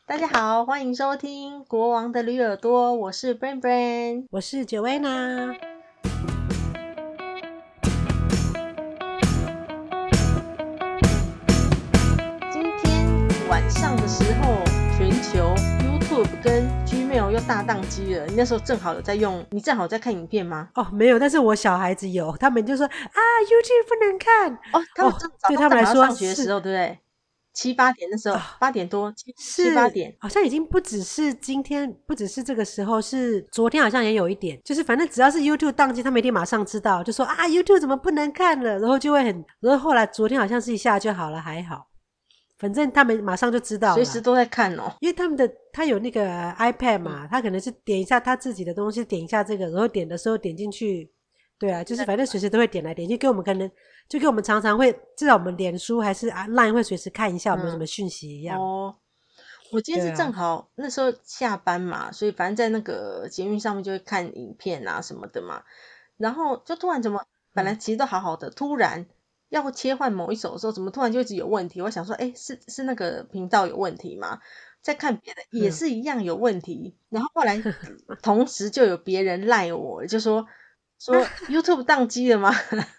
大家好，欢迎收听国王的驴耳朵，我是 Brain Brain， 我是Joanna。 今天晚上的时候，全球 YouTube 跟 Gmail 又大宕机了。你那时候正好有在用，你正好在看影片吗？ 哦，没有，但是我小孩子有，他们就说啊 YouTube 不能看哦，他们正早对他们来说上学的时候，对不对？7、8点的时候，8点多，7、8点， 好像已经不只是今天，不只是这个时候，是昨天好像也有一点，就是反正只要是 YouTube 宕机，他们一定马上知道，就说啊 YouTube 怎么不能看了，然后就会然后后来昨天好像是一下就好了，还好，反正他们马上就知道了， 随时都在看哦。 因为他有那个 iPad 嘛，他可能是点一下他自己的东西，点一下这个，然后点的时候点进去，对啊，就是反正随时都会点来点去，跟我们可能就跟我们常常会，至少我们脸书还是 LINE 会随时看一下有没有什么讯息一样。 哦，我今天是正好那时候下班嘛，所以反正在那个捷运上面就会看影片啊什么的嘛，然后就突然本来其实都好好的，突然要切换某一首的时候，怎么突然就一直有问题？我想说，是那个频道有问题吗？再看别的也是一样有问题，然后后来同时就有别人赖我，就说YouTube 宕机了吗？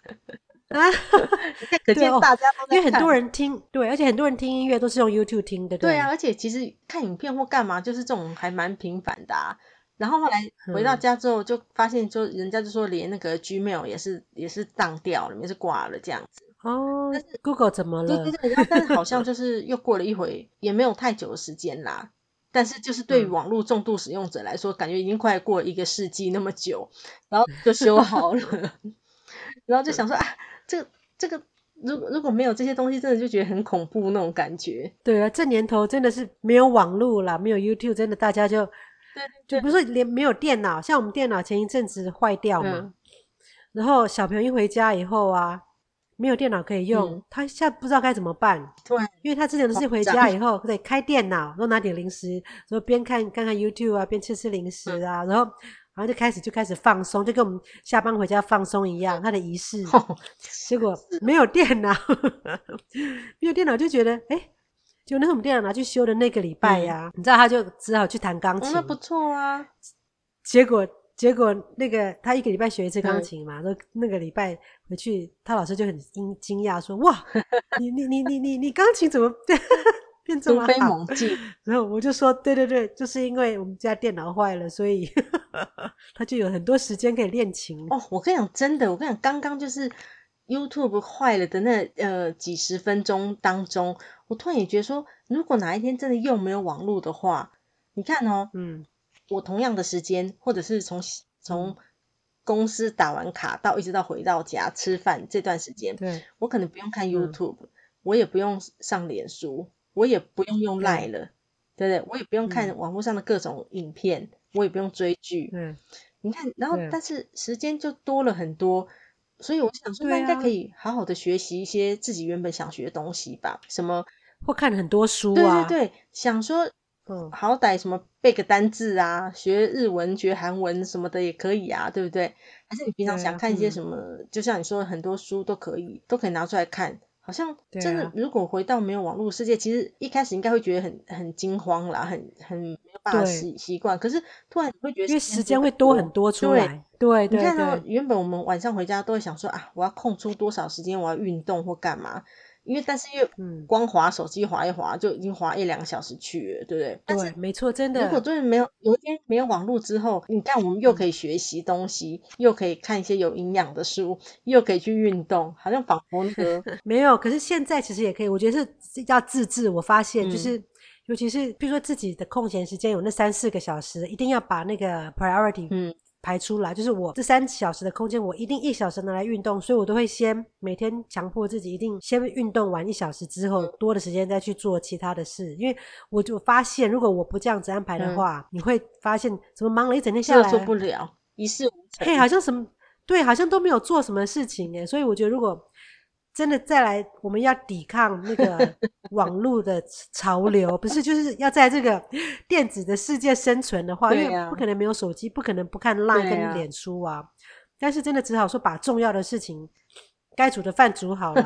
可见大家都在看， 因为很多人听，对，而且很多人听音乐都是用 YouTube 听的， 对啊，而且其实看影片或干嘛，就是这种还蛮频繁的啊。然后后来回到家之后，就发现就人家就说连那个 Gmail 也是当掉了，也是挂了这样子。 哦，但是 Google 怎么了？ 对，然后但是好像就是又过了一回，也没有太久的时间啦。但是就是对于网络重度使用者来说，感觉已经快过了1个世纪那么久，然后就修好了。然后就想说啊，这个如果没有这些东西，真的就觉得很恐怖那种感觉。 对啊，这年头真的是没有网络啦，没有 YouTube， 真的大家就不是说连没有电脑，像我们电脑前一阵子坏掉嘛，然后小朋友一回家以后啊，没有电脑可以用，他现在不知道该怎么办。 对， 因为他之前都是回家以后得开电脑，然后拿点零食，然后边看 YouTube 啊，边吃零食啊，然后就开始放松，就跟我们下班回家放松一样，他的仪式。结果没有电脑，没有电脑就觉得就那是我们电脑拿去修的那个礼拜呀，你知道他就只好去弹钢琴。 那不错啊。 结果那个他1个礼拜学一次钢琴嘛，然后那个礼拜回去，他老师就很惊讶说：“哇，你钢琴怎么变这么好？” 突飞猛进。 然后我就说：“对，就是因为我们家电脑坏了，所以他就有很多时间可以练琴。” 哦，我跟你讲真的，刚刚就是 YouTube 坏了的那几十分钟当中，我突然也觉得说，如果哪一天真的又没有网络的话，你看哦，我同样的时间，或者是从公司打完卡一直到回到家吃饭这段时间，我可能不用看 YouTube，我也不用上脸书，我也不用 LINE 了，对不对？我也不用看网络上的各种影片，我也不用追剧。你看，然后但是时间就多了很多，所以我想说，那应该可以好好的学习一些自己原本想学的东西吧，什么或看很多书啊，对，想说好歹什么背个单字啊，学日文学韩文什么的也可以啊，对不对？还是你平常想看一些什么，就像你说的很多书都可以拿出来看。好像真的如果回到没有网络世界，其实一开始应该会觉得很惊慌啦，很没有办法习惯，可是突然你会觉得因为时间会多很多出来。对， 你看到原本我们晚上回家都会想说啊，我要空出多少时间，我要运动或干嘛，但是因为光滑手机滑一滑就已经滑1-2个小时去了，对不对？ 对，没错，真的。 如果真的有一天没有网络之后，你看我们又可以学习东西，又可以看一些有营养的书，又可以去运动，好像仿佛那个没有。可是现在其实也可以，我觉得是要自制。我发现就是尤其是比如说自己的空闲时间有那3-4个小时，一定要把那个 priority排出来，就是我这3小时的空间，我一定1小时拿来运动，所以我都会先每天强迫自己一定先运动完1小时之后，多的时间再去做其他的事。因为我就发现，如果我不这样子安排的话，你会发现怎么忙了一整天下来做不了，一事无成。 好像什么对，好像都没有做什么事情耶。所以我觉得如果真的再来我们要抵抗那个网络的潮流，不是就是要在这个电子的世界生存的话，因为不可能没有手机，不可能不看 LINE 跟脸书啊。但是真的只好说把重要的事情该煮的饭煮好啦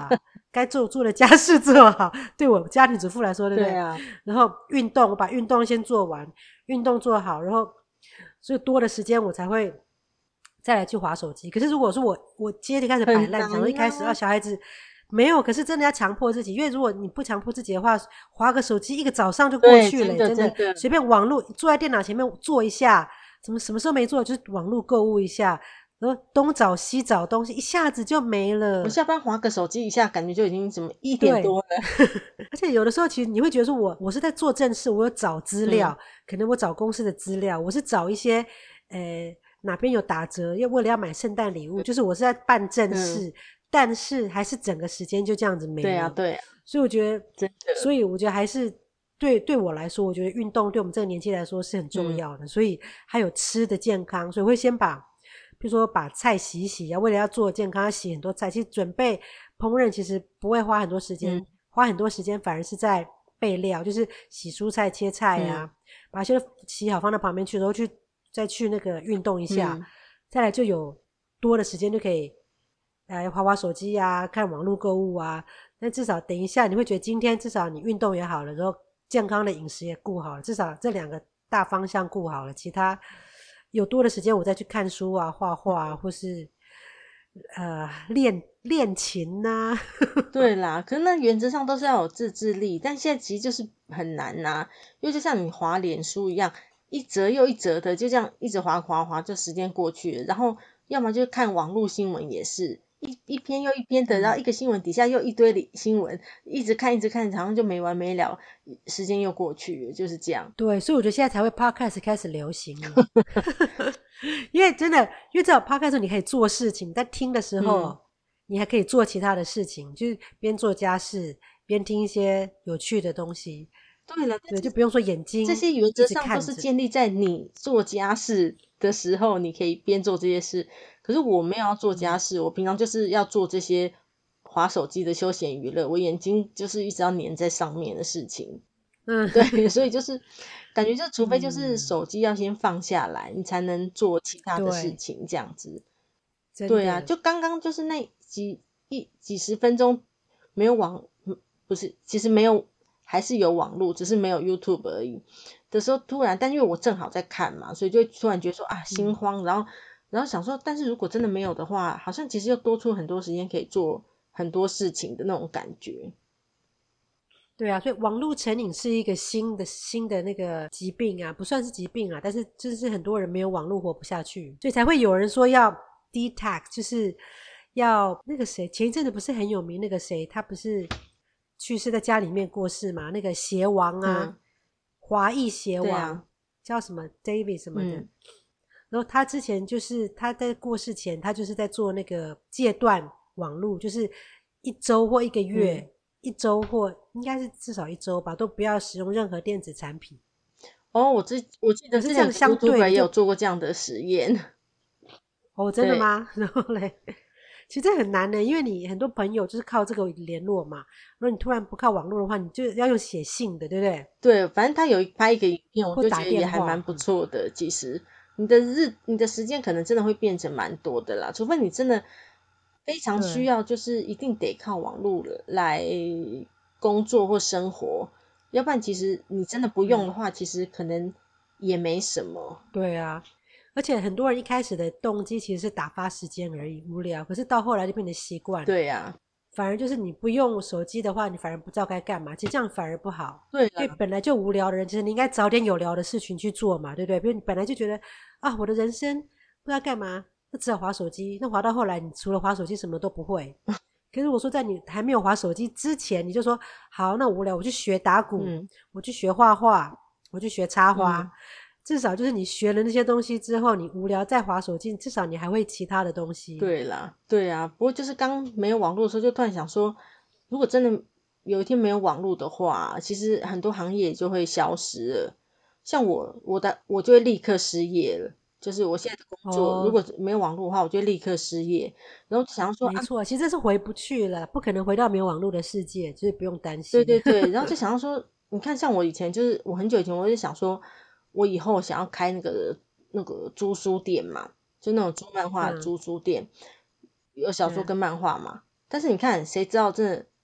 该做的家事做好，对我家庭主妇来说，对不对？ 对啊。 然后运动，我把运动先做完，运动做好，然后所以多的时间我才会再来去滑手机。可是如果说我接着开始摆烂，想说一开始小孩子没有，可是真的要强迫自己，因为如果你不强迫自己的话，滑个手机一个早上就过去了，真的随便网络坐在电脑前面做一下，什么时候没做就是网络购物一下。然后东找西找东西，一下子就没了。 我下班滑个手机一下，感觉就已经怎么1点多了。 而且有的时候，其实你会觉得说我是在做正事，我有找资料，可能我找公司的资料，我是找一些哪边有打折，为了要买圣诞礼物，就是我是在办正事，但是还是整个时间就这样子没了。 对啊，对啊。 所以我觉得， 真的， 所以我觉得还是对我来说，我觉得运动对我们这个年纪来说是很重要的。所以还有吃的健康，所以我会先比如说把菜洗一洗啊，为了要做健康要洗很多菜，其实准备烹饪其实不会花很多时间，花很多时间反而是在备料，就是洗蔬菜切菜啊，把些洗好放到旁边去，然后再去那个运动一下，再来就有多的时间就可以来滑手机啊，看网络购物啊。那至少等一下你会觉得今天至少你运动也好了，然后健康的饮食也顾好了，至少这2个大方向顾好了，其他有多的时间我再去看书啊、画画啊，或是练琴啊。 对啦，可是那原则上都是要有自制力，但现在其实就是很难啊，因为就像你滑脸书一样，一则又一则的就这样一直滑，就时间过去了。然后要么就看网络新闻，也是一篇又一篇的，然后一个新闻底下又一堆新闻，一直看，好像就没完没了，时间又过去了，就是这样。 对，所以我觉得现在才会 podcast 开始流行了。因为真的，因为这种 podcast 你可以做事情，在听的时候你还可以做其他的事情，就是边做家事边听一些有趣的东西。 对了， 对，就不用说眼睛这些原则上都是建立在你做家事的时候，你可以边做这些事。可是我没有要做家事，我平常就是要做这些滑手机的休闲娱乐，我眼睛就是一直要黏在上面的事情。对，所以就是感觉就除非就是手机要先放下来，你才能做其他的事情这样子。对啊，就刚刚就是那几十分钟没有不是，其实没有，还是有网络，只是没有 YouTube 而已的时候，突然，但因为我正好在看嘛，所以就突然觉得说啊心慌，然后想说，但是如果真的没有的话，好像其实又多出很多时间可以做很多事情的那种感觉。 对啊，所以网络成瘾是一个新的那个疾病啊，不算是疾病啊，但是就是很多人没有网络活不下去，所以才会有人说要 detox， 就是要那个谁，前一阵子不是很有名那个谁，他不是去世在家里面过世嘛，那个鞋王啊，华裔鞋王，叫什么 David 什么的，然后他之前就是他在过世前，他就是在做那个戒断网络，就是1周或1个月。1周或应该是至少1周吧，都不要使用任何电子产品。 哦，我记得之前 YouTuber 也有做过这样的实验。 哦，真的吗？然后嘞，其实这很难的，因为你很多朋友就是靠这个联络嘛。如果你突然不靠网络的话，你就要用写信的，对不对？ 对，反正他有拍一个影片，我就觉得也还蛮不错的。其实你的时间可能真的会变成蛮多的啦，除非你真的非常需要，就是一定得靠网络来工作或生活，要不然其实你真的不用的话，其实可能也没什么。 对啊，而且很多人一开始的动机其实是打发时间而已，无聊，可是到后来就变成习惯。 对啊， 反而就是你不用手机的话，你反而不知道该干嘛，其实这样反而不好。 对， 因为本来就无聊的人，其实你应该找点有聊的事情去做嘛，对不对？比如你本来就觉得啊，我的人生不知道干嘛，那只好滑手机。那滑到后来，你除了滑手机什么都不会。可是我说在你还没有滑手机之前，你就说好，那无聊我去学打鼓，我去学画画，我去学插花。至少就是你学了那些东西之后，你无聊再滑手机，至少你还会其他的东西。 对啦，对啊。不过就是刚没有网络的时候，就突然想说，如果真的有一天没有网络的话，其实很多行业就会消失了。像我就会立刻失业了。就是我现在的工作，如果没有网络的话，我就立刻失业。然后想要说， 没错，其实这是回不去了，不可能回到没有网络的世界，就是不用担心。 对对对，然后就想要说，你看，像我以前就是我很久以前我就想说，我以后想要开那个租书店嘛，就那种租漫画租书店，有小说跟漫画嘛。但是你看，谁知道真的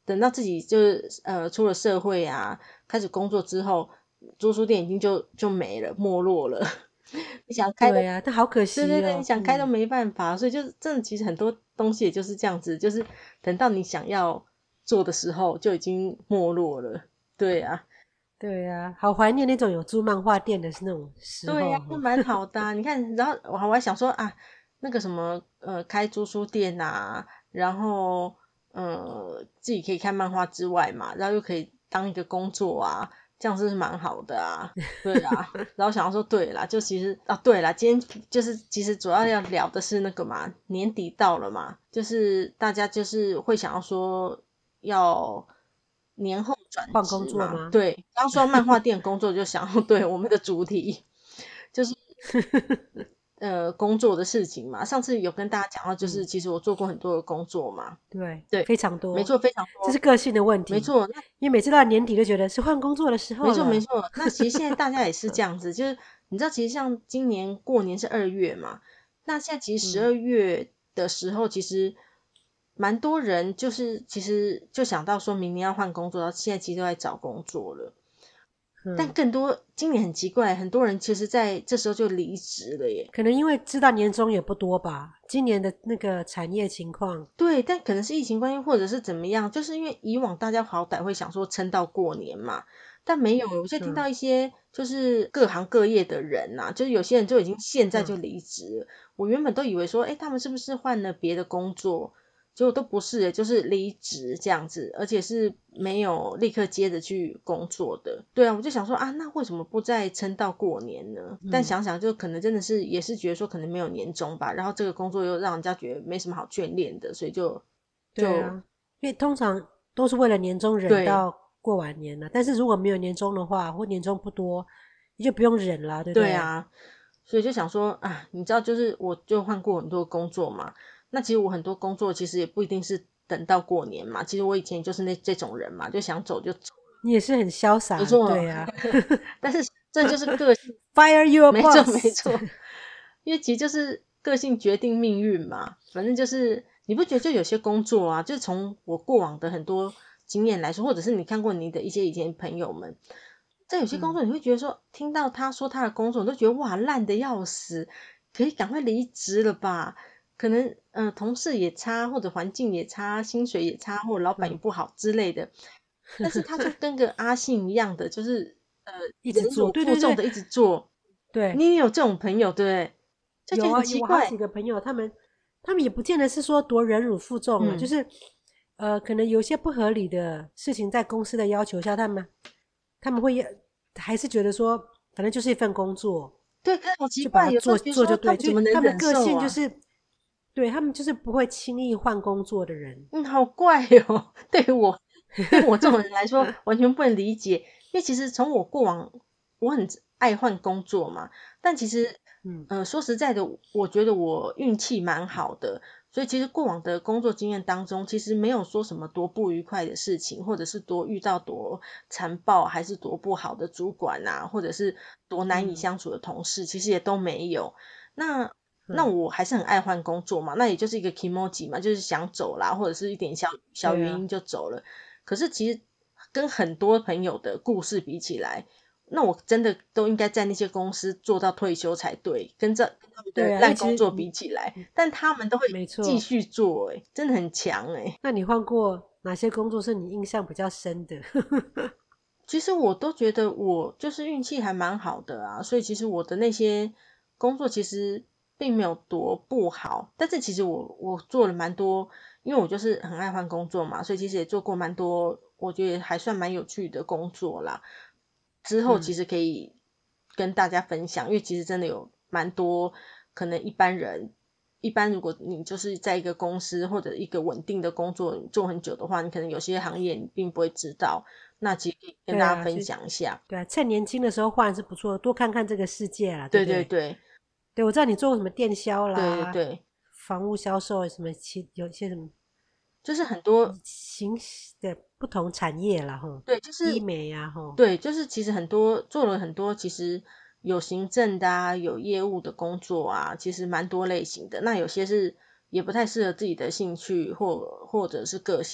等到自己就是出了社会啊，开始工作之后，租书店已经就没了，没落了。你想开对啊，但好可惜哦。 对对对，你想开都没办法，所以就是真的，其实很多东西也就是这样子，就是等到你想要做的时候，就已经没落了。对啊， 对啊，好怀念那种有租漫画店的那种时对呀、 候那蛮好的啊、你看，然后我还想说啊，那个什么开租书店啊，然后自己可以看漫画之外嘛，然后又可以当一个工作啊，这样是蛮好的啊。对啊，然后想要说对啦，就其实啊对啦，今天就是其实主要要聊的是那个嘛，年底到了嘛，就是大家就是会想要说要年后转换工职嘛， 作吗？ 对，刚说漫画店工作就想要对我们的主题。就是工作的事情嘛。上次有跟大家讲到，就是其实我做过很多的工作嘛。 对， 对， 非常多， 没错，非常多， 这是个性的问题。 没错。那因为每次到年底就觉得是换工作的时没错，没候了。 错。那其实现在大家也是这样子，就是你知道，其实像今年过年是2月嘛，那现在其实12月的时候，其实蛮多人就是其实就想到说明年要换工作，然后现在其实都在找工作了。但更多今年很奇怪，很多人其实在这时候就离职了耶。 可能因为知道年终也不多吧，今年的那个产业情况。 对，但可能是疫情关系，或者是怎么样，就是因为以往大家好歹会想说撑到过年嘛，但没有，我就听到一些就是各行各业的人呐、就是有些人就已经现在就离职了。我原本都以为说，他们是不是换了别的工作，结果都不是耶，就是离职这样子，而且是没有立刻接着去工作的。对啊，我就想说啊，那为什么不再撑到过年呢？但想想就可能真的是也是觉得说可能没有年终吧，然后这个工作又让人家觉得没什么好眷恋的，所以对啊，因为通常都是为了年终忍到过完年了，但是如果没有年终的话，或年终不多，你就不用忍了，对不对？ 对啊，所以就想说啊，你知道就是我就换过很多工作嘛，那其实我很多工作其实也不一定是等到过年嘛，其实我以前就是这种人嘛，就想走就走。 你也是很潇洒的， 没错， 对啊。 但是这就是个性， Fire your 没错没 boss。 错，因为其实就是个性决定命运嘛，反正就是你不觉得就有些工作啊，就是从我过往的很多经验来说，或者是你看过你的一些以前朋友们，在有些工作你会觉得说，听到他说他的工作，你都觉得哇烂的要死，可以赶快离职了吧？可能同事也差，或者环境也差，薪水也差，或者老板也不好之类的。但是他就跟个阿信一样的，就是忍一直做， 辱负对对对重的一直做。 对， 你也有这种朋友对不对？就觉得很有啊，有我好奇怪。 几个朋友，他们也不见得是说多忍辱负重了，就是可能有些不合理的事情，在公司的要求下，他们会还是觉得说，反正就是一份工作， 对，可是好奇怪， 就把它有时候做做就对， 觉得说他们就怎么能忍他们的个受啊？ 性就是，对他们就是不会轻易换工作的人。 好怪哦。对我这种人来说，完全不能理解。因为其实从我过往，我很爱换工作嘛，但其实，说实在的，我觉得我运气蛮好的，所以其实过往的工作经验当中，其实没有说什么多不愉快的事情，或者是遇到多残暴，还是多不好的主管啊，或者是多难以相处的同事，其实也都没有。那我还是很爱换工作嘛，那也就是一个 kimoji 嘛，就是想走啦，或者是一点小对啊， 原因就走了。可是其实跟很多朋友的故事比起来，那我真的都应该在那些公司做到退休才对，跟他们的对啊，因为其烂工作实比起来，但他们都会没错。 继续做、真的很强那你换过哪些工作是你印象比较深的？ 其实我都觉得我就是运气还蛮好的啊，所以其实我的那些工作其实并没有多不好，但是其实我做了蛮多，因为我就是很爱换工作嘛，所以其实也做过蛮多，我觉得还算蛮有趣的工作啦。之后其实可以跟大家分享，因为其实真的有蛮多可能一般如果你就是在一个公司或者一个稳定的工作做很久的话，你可能有些行业你并不会知道，那其实可以跟对啊， 大家分享一下。 对啊，趁年轻的时候换是不错的，多看看这个世界啦，对对不对？ 对对对，我知道你做过什么电销啦、 对对对， 房屋销售，什么有一些什么就是很多形的不同产业啦，吼， 对，就是医美啊，吼， 对，就是其实做了很多，其实有行政的啊，有业务的工作啊，其实蛮多类型的。那有些是也不太适合自己的兴趣或者是个性，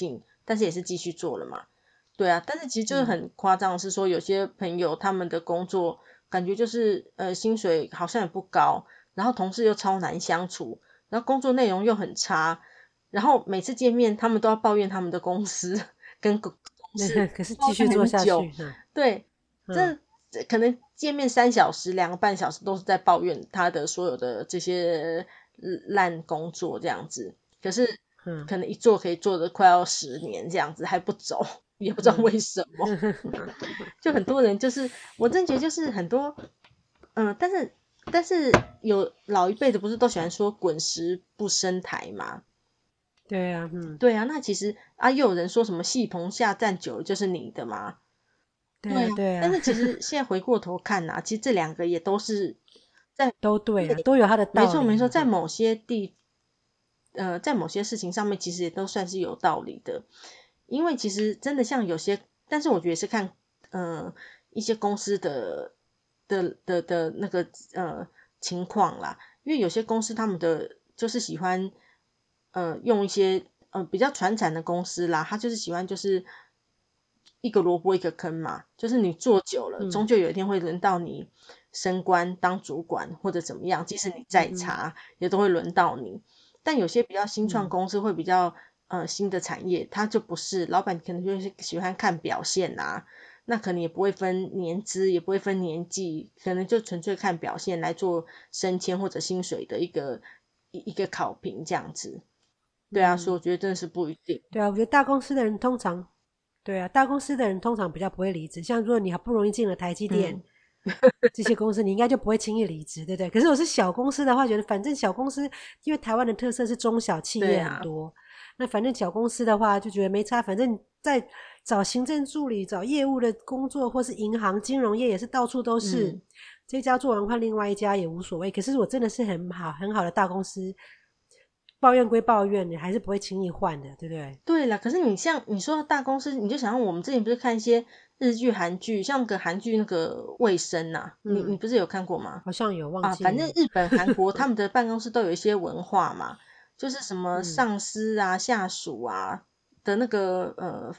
但是也是继续做了嘛。对啊，但是其实就是很夸张的是说，有些朋友他们的工作感觉就是薪水好像也不高，然后同事又超难相处，然后工作内容又很差，然后每次见面他们都要抱怨他们的公司跟同事可是继续做下去。 对，这可能见面3小时2个半小时都是在抱怨他的所有的这些烂工作这样子，可是可能一做可以做的快要10年这样子还不走，也不知道为什么。就很多人就是我真觉得就是很多但是有老一辈的不是都喜欢说滚石不升台嘛。 对啊， 对啊，那其实又有人说什么戏棚下站久了就是你的嘛。 对啊，对啊。 但是其实现在回过头看啊，其实这2个也都是都对啊，都有它的道理。 没错，在某些在某些事情上面其实也都算是有道理的。因为其实真的像有些，但是我觉得是看一些公司的那个情况啦。因为有些公司他们的就是喜欢用一些比较传产的公司啦，他就是喜欢就是一个萝卜一个坑嘛，就是你做久了终究有一天会轮到你升官当主管或者怎么样，即使你再差也都会轮到你。但有些比较新创公司会比较新的产业，他就不是，老板可能就是喜欢看表现啊，那可能也不会分年资，也不会分年纪，可能就纯粹看表现来做升迁或者薪水的一个考评这样子。对啊，所以我觉得真的是不一定。 对啊，我觉得大公司的人通常比较不会离职，像如果你好不容易进了台积电这些公司，你应该就不会轻易离职，对不对？可是我是小公司的话，觉得反正小公司因为台湾的特色是中小企业很多，那反正小公司的话就觉得没差，反正在找行政助理、找业务的工作，或是银行、金融业也是到处都是，这家做完换另外一家也无所谓。可是我真的是很好的大公司，抱怨归抱怨，你还是不会轻易换的，对不对？ 对啦，可是你像你说到大公司，你就想我们之前不是看一些日剧、韩剧，像个韩剧那个卫生啊，你不是有看过吗？ 好像有忘记反正日本、韩国他们的办公室都有一些文化嘛，就是什么上司啊、下属啊的那个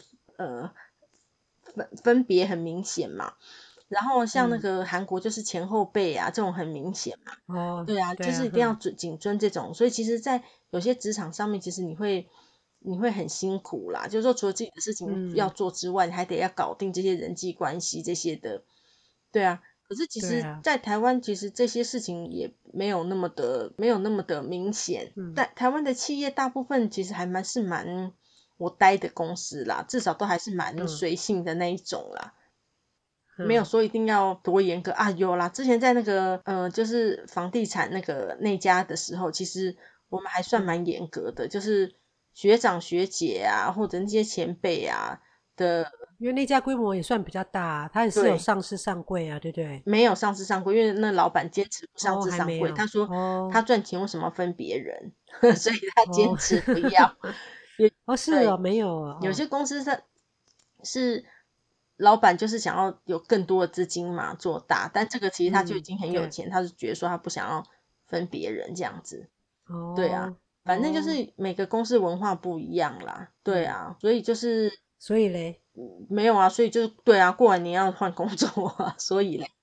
分别很明显嘛。然后像那个韩国就是前后辈啊，这种很明显嘛。对啊，就是一定要谨遵这种。所以其实在有些职场上面，其实你会很辛苦啦，就是说除了自己的事情要做之外，你还得要搞定这些人际关系这些的。对啊，可是其实在台湾其实这些事情也没有那么的明显。在台湾的企业大部分其实还蛮我待的公司啦，至少都还是蛮随性的那一种啦。没有说一定要多严格啊。有啦，之前在那个就是房地产那家的时候，其实我们还算蛮严格的，就是学长学姐啊，或者那些前辈啊的。 因为那家规模也算比较大，它也是有上市上柜啊，对不对？ 没有上市上柜，因为那老板坚持不上市上柜，他说他赚钱为什么要分别人，所以他坚持不要。 是哦，没有哦。 有些公司是老板就是想要有更多的资金嘛做大，但这个其实他就已经很有钱，他是觉得说他不想要分别人这样子。对啊，反正就是每个公司文化不一样啦。对啊，所以就是所以嘞没有啊，所以就是对啊，过完年要换工作啊，所以嘞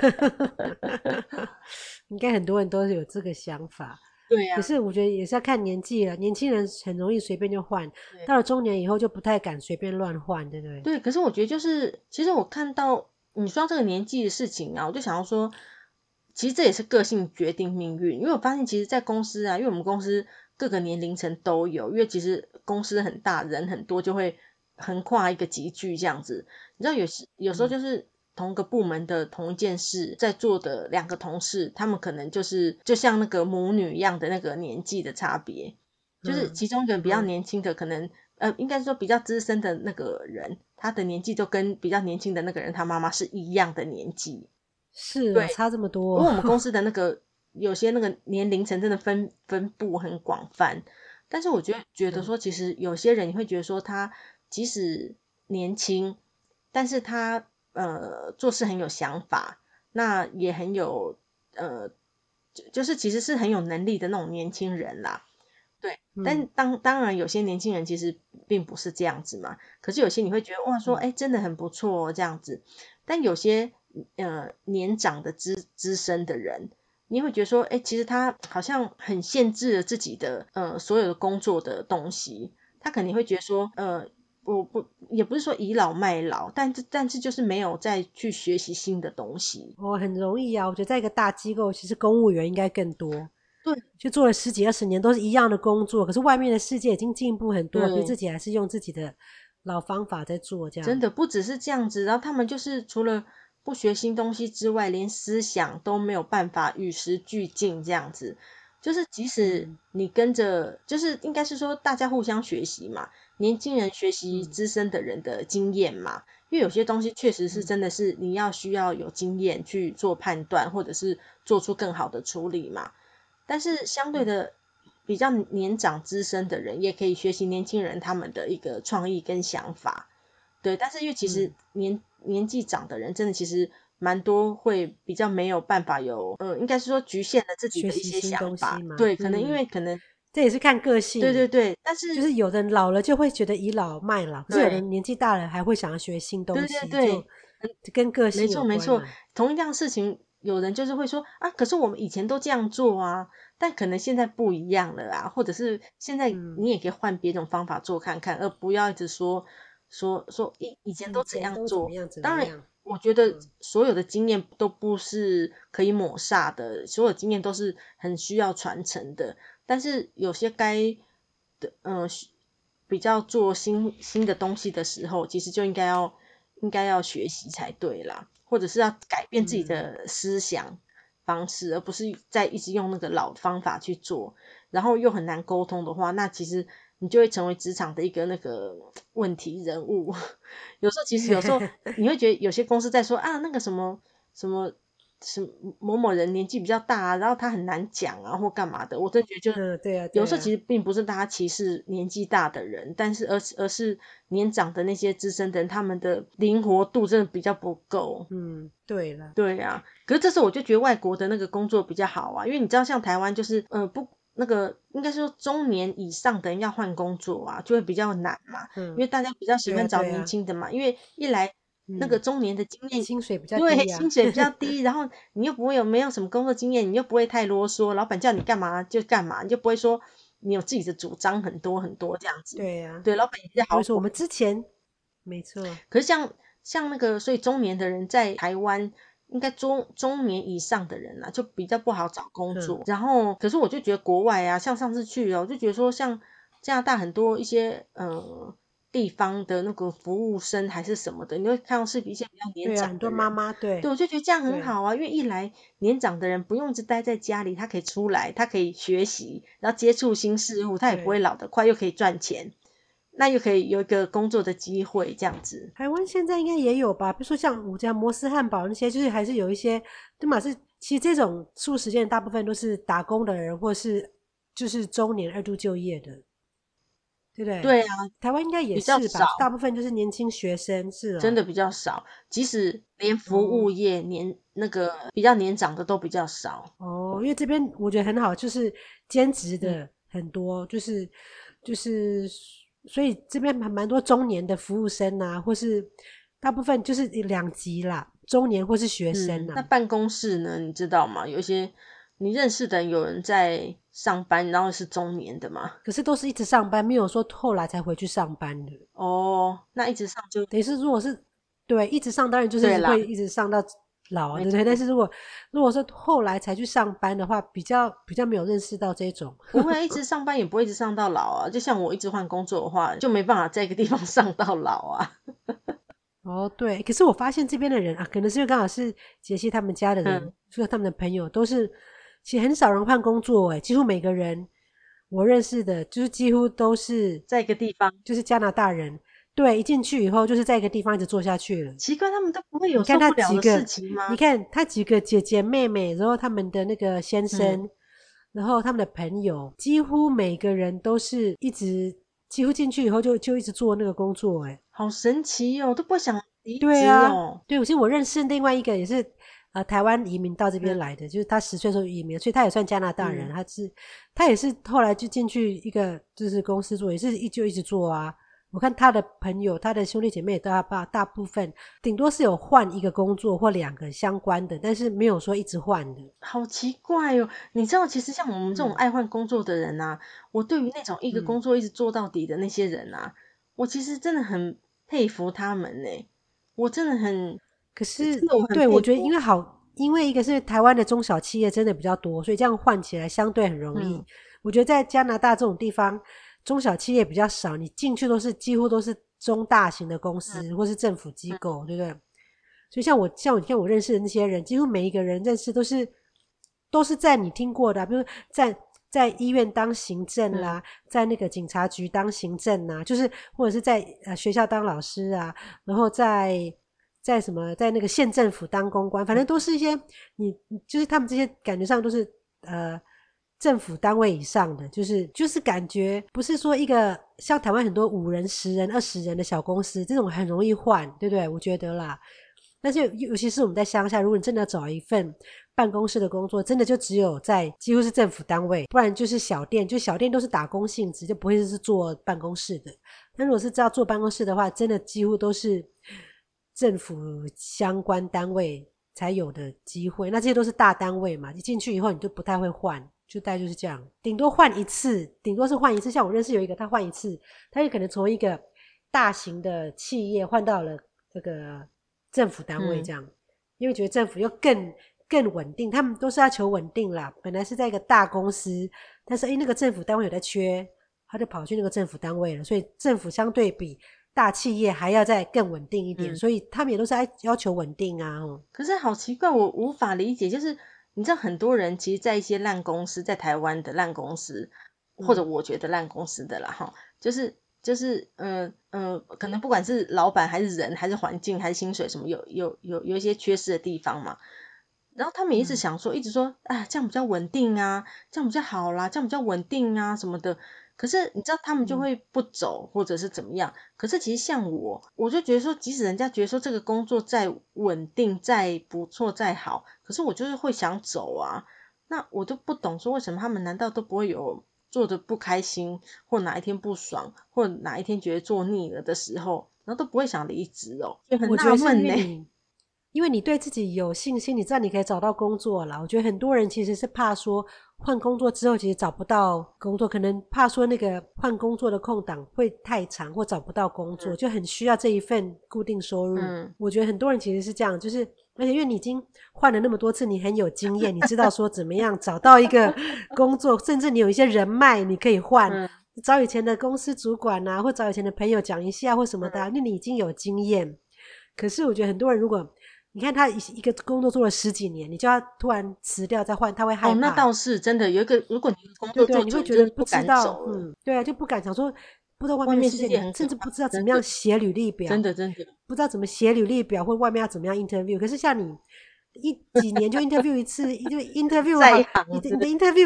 应该很多人都是有这个想法。 对啊， 可是我觉得也是要看年纪了，年轻人很容易随便就换，到了中年以后就不太敢随便乱换，对不对？ 对，可是我觉得就是其实我看到你说到这个年纪的事情啊，我就想要说其实这也是个性决定命运。因为我发现其实在公司啊，因为我们公司各个年龄层都有，因为其实公司很大，人很多，就会横跨一个集聚这样子。你知道有时候就是同个部门的同一件事在做的2个同事，他们可能就像那个母女一样的那个年纪的差别，就是其中一个比较年轻的可能应该说比较资深的那个人，他的年纪就跟比较年轻的那个人他妈妈是一样的年纪。 是啊，差这么多。 因为我们公司的那个有些那个年龄层真的分布很广泛，但是我觉得说其实有些人你会觉得说他即使年轻，但是他做事很有想法，那也很有就是其实是很有能力的那种年轻人啦。 对，但当然有些年轻人其实并不是这样子嘛，可是有些你会觉得哇说真的很不错这样子，但有些年长的资深的人，你会觉得说其实他好像很限制了自己的所有的工作的东西，他肯定会觉得说也不是说倚老卖老，但是就是没有再去学习新的东西。 很容易啊，我觉得在一个大机构其实公务员应该更多， 对， 就做了10几20年都是一样的工作，可是外面的世界已经进步很多，可是自己还是用自己的老方法在做，这样真的不只是这样子，然后他们就是除了不学新东西之外，连思想都没有办法与时俱进这样子，就是即使你跟着就是应该是说大家互相学习嘛，年轻人学习资深的人的经验嘛，因为有些东西确实是真的是你需要有经验去做判断，或者是做出更好的处理嘛，但是相对的比较年长资深的人也可以学习年轻人他们的一个创意跟想法，对，但是因为其实年纪长的人真的其实蛮多会比较没有办法有应该是说局限了自己的一些想法，对，可能因为可能这也是看个性， 对，但是就是有的人老了就会觉得倚老卖老，可是有人年纪大了还会想要学新东西，对，就跟个性有关， 没错，同一样事情有人就是会说啊，可是我们以前都这样做啊，但可能现在不一样了啊，或者是现在你也可以换别种方法做看看，而不要一直说以前都怎样做。当然我觉得所有的经验都不是可以抹煞的，所有经验都是很需要传承的，但是有些该的比较做新的东西的时候，其实就应该要学习才对啦，或者是要改变自己的思想方式，而不是再一直用那个老方法去做，然后又很难沟通的话，那其实你就会成为职场的一个那个问题人物。有时候你会觉得有些公司在说啊那个什么某某人年纪比较大啊，然后他很难讲啊或干嘛的，我真的觉得对啊， 有时候其实并不是大家歧视年纪大的人，但是而是年长的那些资深的人，他们的灵活度真的比较不够。 对了， 对啊，可是这时候我就觉得外国的那个工作比较好啊，因为你知道像台湾就是不那个应该说中年以上的人要换工作啊，就会比较难嘛，因为大家比较喜欢找年轻的嘛，因为一来那个中年的经验薪水比较低对，薪水比较低，然后你又不会没有什么工作经验，你又不会太啰嗦，老板叫你干嘛就干嘛，你就不会说你有自己的主张很多很多这样子。 对啊， 对，老板也是好。 说我们之前没错， 可是像那个，所以中年的人在台湾。应该中年以上的人啊，就比较不好找工作。然后，可是我就觉得国外啊，像上次去我就觉得说，像加拿大很多一些地方的那个服务生还是什么的，你会看到是一些比较年长的人， 很多妈妈，对， 我就觉得这样很好啊，因为一来年长的人不用一直待在家里，他可以出来，他可以学习，然后接触新事物，他也不会老得快，又可以赚钱。那又可以有一个工作的机会，这样子。 台湾现在应该也有吧，比如说像我家摩斯汉堡那些，就是还是有一些，对嘛？是其实这种素食店大部分都是打工的人，或是就是中年2度就业的，对不对？ 对啊， 台湾应该也是吧，大部分就是年轻学生，是真的比较少，即使连服务业那个比较年长的都比较少。 因为这边我觉得很好，就是兼职的很多，就是。所以这边还蛮多中年的服务生啊，或是大部分就是2级啦，中年或是学生啊。 那办公室呢，你知道吗？有一些你认识的有人在上班，然后是中年的嘛？ 可是都是一直上班，没有说后来才回去上班的。 那一直上就等于是如果是对一直上，当然就是会一直上到老，对不对？但是如果是后来才去上班的话，比较没有认识到这种。 不会一直上班，也不会一直上到老啊。就像我一直换工作的话，就没办法在一个地方上到老啊。 对。可是我发现这边的人啊，可能是因为刚好是杰西他们家的人，就是他们的朋友都是，其实很少人换工作几乎每个人我认识的，就是几乎都是在一个地方， 就是加拿大人。对，一进去以后就是在一个地方一直做下去了。 奇怪，他们都不会有受不了的事情吗？ 你看他几个姐姐妹妹，然后他们的那个先生，然后他们的朋友，几乎每个人都是几乎进去以后就一直做那个工作。 好神奇哦，都不会想离职对啊，对，我认识另外一个也是台湾移民到这边来的，就是他10岁的时候移民，所以他也算加拿大人，他也是后来就进去一个就是公司做，也是一直做啊。我看他的朋友他的兄弟姐妹大部分顶多是有换一个工作或2个相关的，但是没有说一直换的。 好奇怪哦，你知道其实像我们这种爱换工作的人啊，我对于那种一个工作一直做到底的那些人啊，我其实真的很佩服他们耶，我真的很， 可是对，我觉得因为一个是台湾的中小企业真的比较多，所以这样换起来相对很容易。我觉得在加拿大这种地方中小企业比较少，你进去几乎都是中大型的公司或是政府机构，对不对？所以像我看我认识的那些人，几乎每一个人认识都是在你听过的比如在医院当行政啦，在那个警察局当行政啊，就是或者是在学校当老师啊，然后在什么在那个县政府当公关，反正都是一些你就是他们这些感觉上都是政府单位以上的，就是感觉不是说一个像台湾很多5人、10人、20人的小公司，这种很容易换，对不对？我觉得啦。但是尤其是我们在乡下，如果你真的要找一份办公室的工作，真的就只有在几乎是政府单位，不然就是小店，就小店都是打工性质，就不会是做办公室的。但如果是要做办公室的话，真的几乎都是政府相关单位才有的机会，那这些都是大单位嘛，你进去以后你就不太会换，就大概就是这样，顶多换一次，顶多是换一次。像我认识有一个，他换一次，他就可能从一个大型的企业换到了这个政府单位这样，因为觉得政府又更稳定，他们都是要求稳定啦。本来是在一个大公司，但是那个政府单位有在缺，他就跑去那个政府单位了，所以政府相对比大企业还要再更稳定一点，所以他们也都是要求稳定啊。 可是好奇怪，我无法理解，就是你知道很多人其实在一些烂公司，在台湾的烂公司，或者我觉得烂公司的啦齁，就是可能不管是老板还是人还是环境还是薪水什么有一些缺失的地方嘛，然后他们一直想说一直说啊这样比较稳定啊，这样比较好啦，这样比较稳定啊什么的，可是你知道他们就会不走或者是怎么样，可是其实像我就觉得说即使人家觉得说这个工作再稳定再不错再好，可是我就是会想走啊，那我都不懂说为什么他们难道都不会有做得不开心或哪一天不爽或哪一天觉得做腻了的时候，然后都不会想离职哦，就很纳闷呢。 因为你对自己有信心，你知道你可以找到工作啦。我觉得很多人其实是怕说换工作之后其实找不到工作，可能怕说那个换工作的空档会太长或找不到工作，就很需要这一份固定收入。我觉得很多人其实是这样，就是而且因为你已经换了那么多次，你很有经验，你知道说怎么样找到一个工作，甚至你有一些人脉你可以换，找以前的公司主管啊，或找以前的朋友讲一下或什么的，因为你已经有经验。可是我觉得很多人如果你看他一个工作做了10几年，你就要突然辞掉再换，他会害怕。 那倒是真的。有一个，如果你工作做， 对，你会觉得不知道，对啊，就不敢想说，不知道外面世界，甚至不知道怎么样写履历表， 真的， 不知道怎么写履历表，或外面要怎么样 interview。可是像你几年就 interview 一次，就 interview 你的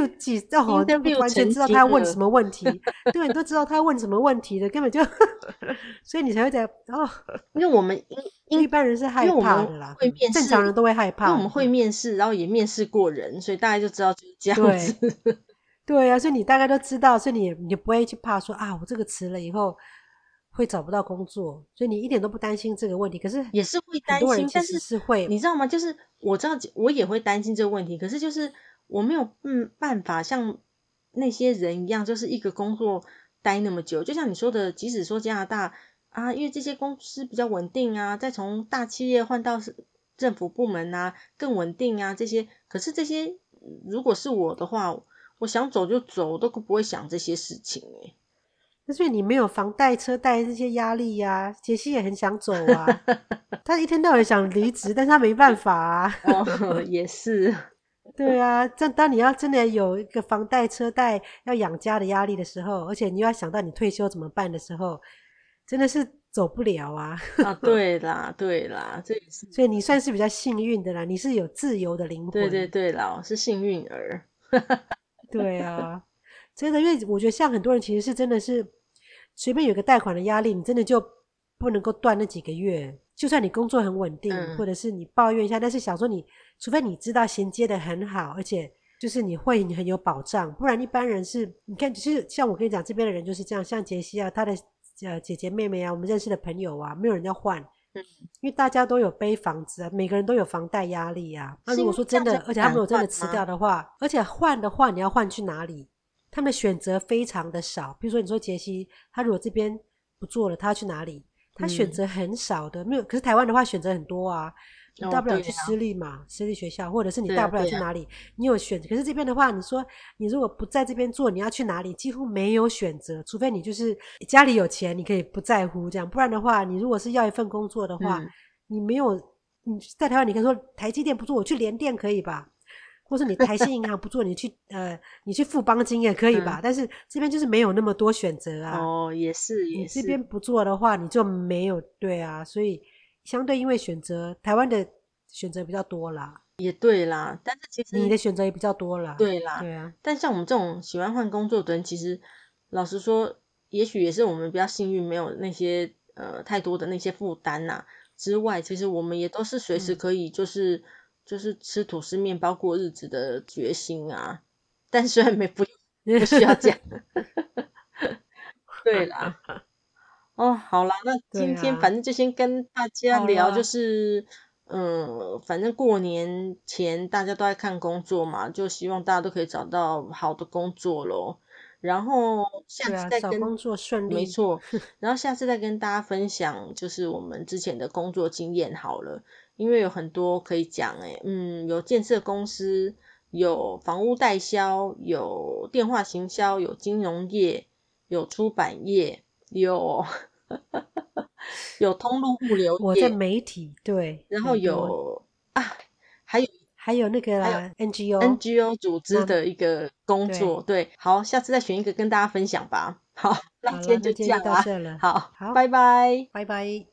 interview 完全知道他要问什么问题，对，你都知道他要问什么问题的，根本就，所以你才会在因为我们一般人是害怕的啦，正常人都会害怕， 因为我们会面试，然后也面试过人，所以大概就知道就是这样子。 对啊，所以你大概都知道，所以你不会去怕说啊，我这个辞了以后会找不到工作，所以你一点都不担心这个问题。可是也是会担心，但是会， 你知道吗？就是我知道我也会担心这个问题，可是就是我没有办法像那些人一样，就是一个工作待那么久。就像你说的，即使说加拿大啊，因为这些公司比较稳定啊，再从大企业换到政府部门啊，更稳定啊这些。可是这些如果是我的话，我想走就走，我都不会想这些事情欸。 但是你没有房贷车贷这些压力啊，杰西也很想走啊，他一天到晚想离职，但是他没办法啊。 也是。 对啊，当你要真的有一个房贷车贷要养家的压力的时候，而且你又要想到你退休怎么办的时候，真的是走不了啊。 对啦，这也是。 所以你算是比较幸运的啦，你是有自由的灵魂。 对啦，是幸运儿。 对啊，真的，因为我觉得像很多人其实是真的是随便有个贷款的压力，你真的就不能够断那几个月。就算你工作很稳定，或者是你抱怨一下，但是想说你除非你知道衔接的很好，而且就是你会很有保障，不然一般人是你看就是像我跟你讲这边的人就是这样，像杰西啊他的姐姐妹妹啊，我们认识的朋友啊，没有人要换，因为大家都有背房子啊，每个人都有房贷压力啊。那如果说真的，而且他们如果真的辞掉的话，而且换的话你要换去哪里？他们的选择非常的少。比如说你说杰西他如果这边不做了，他要去哪里？他选择很少的，没有。可是台湾的话选择很多啊，你大不了去私立嘛，私立学校，或者是你大不了去哪里，你有选择。可是这边的话，你说你如果不在这边做，你要去哪里？几乎没有选择，除非你就是家里有钱，你可以不在乎这样。不然的话，你如果是要一份工作的话，你没有你在台湾，你可以说台积电不做，我去联电可以吧？或是你台新银行不做，你去富邦金也可以吧？但是这边就是没有那么多选择啊。 哦，也是， 你这边不做的话，你就没有对啊，所以相对因为选择台湾的选择比较多啦。 也对啦，但是其实你的选择也比较多啦。 对啦， 对啊。 但像我们这种喜欢换工作的人，其实老实说，也许也是我们比较幸运，没有那些太多的那些负担呐。之外，其实我们也都是随时可以就是吃吐司面包过日子的决心啊。但虽然不需要这样。对啦。哦，好啦，那今天反正就先跟大家聊，就是反正过年前大家都在看工作嘛，就希望大家都可以找到好的工作咯。然后下次再找工作顺利。 没错。然后下次再跟大家分享就是我们之前的工作经验好了，因为有很多可以讲有建设公司，有房屋代销，有电话行销，有金融业，有出版业，有通路物流业， 我在媒体，对， 然后还有那个啦 NGO 组织的一个工作，对，好，下次再选一个跟大家分享吧。好，那今天就这样啦。 好， 好，拜拜， 拜拜。